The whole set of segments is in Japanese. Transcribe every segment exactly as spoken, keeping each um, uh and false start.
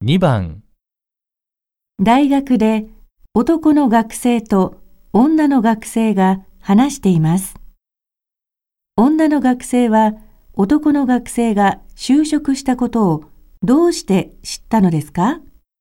にばん、 大学で男の学生と女の学生が話しています。女の学生は男の学生が就職したことをどうして知ったのですか？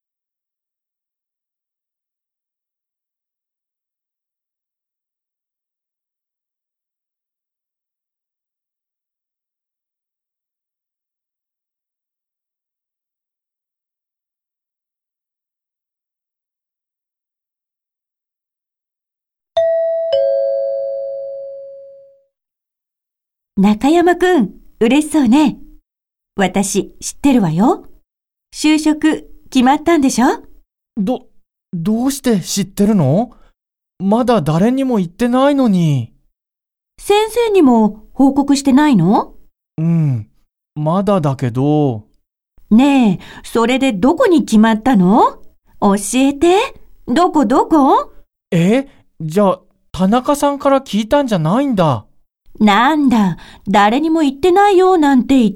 中山くん、嬉しそうね。私知ってるわよ。就職決まったんでしょ？ ど、どうして知ってるの？まだ誰にも言ってないのに。 先生にも報告してないの？ うん、まだだけど。 ねえ、それでどこに決まったの？教えて。どこどこ？ え、じゃあ、田中さんから聞いたんじゃないんだ。 なんだ、誰にも言ってないよなんて言って、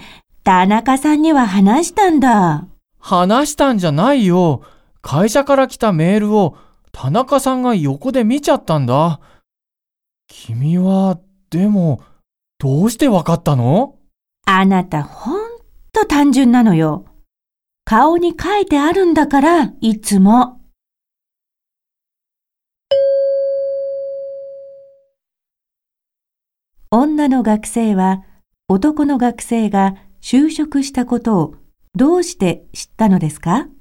田中さんには話したんだ。 話したんじゃないよ。会社から来たメールを田中さんが横で見ちゃったんだ。君は、でも、どうしてわかったの？ あなたほんと単純なのよ。顔に書いてあるんだから、いつも。女の学生は男の学生が就職したことをどうして知ったのですか？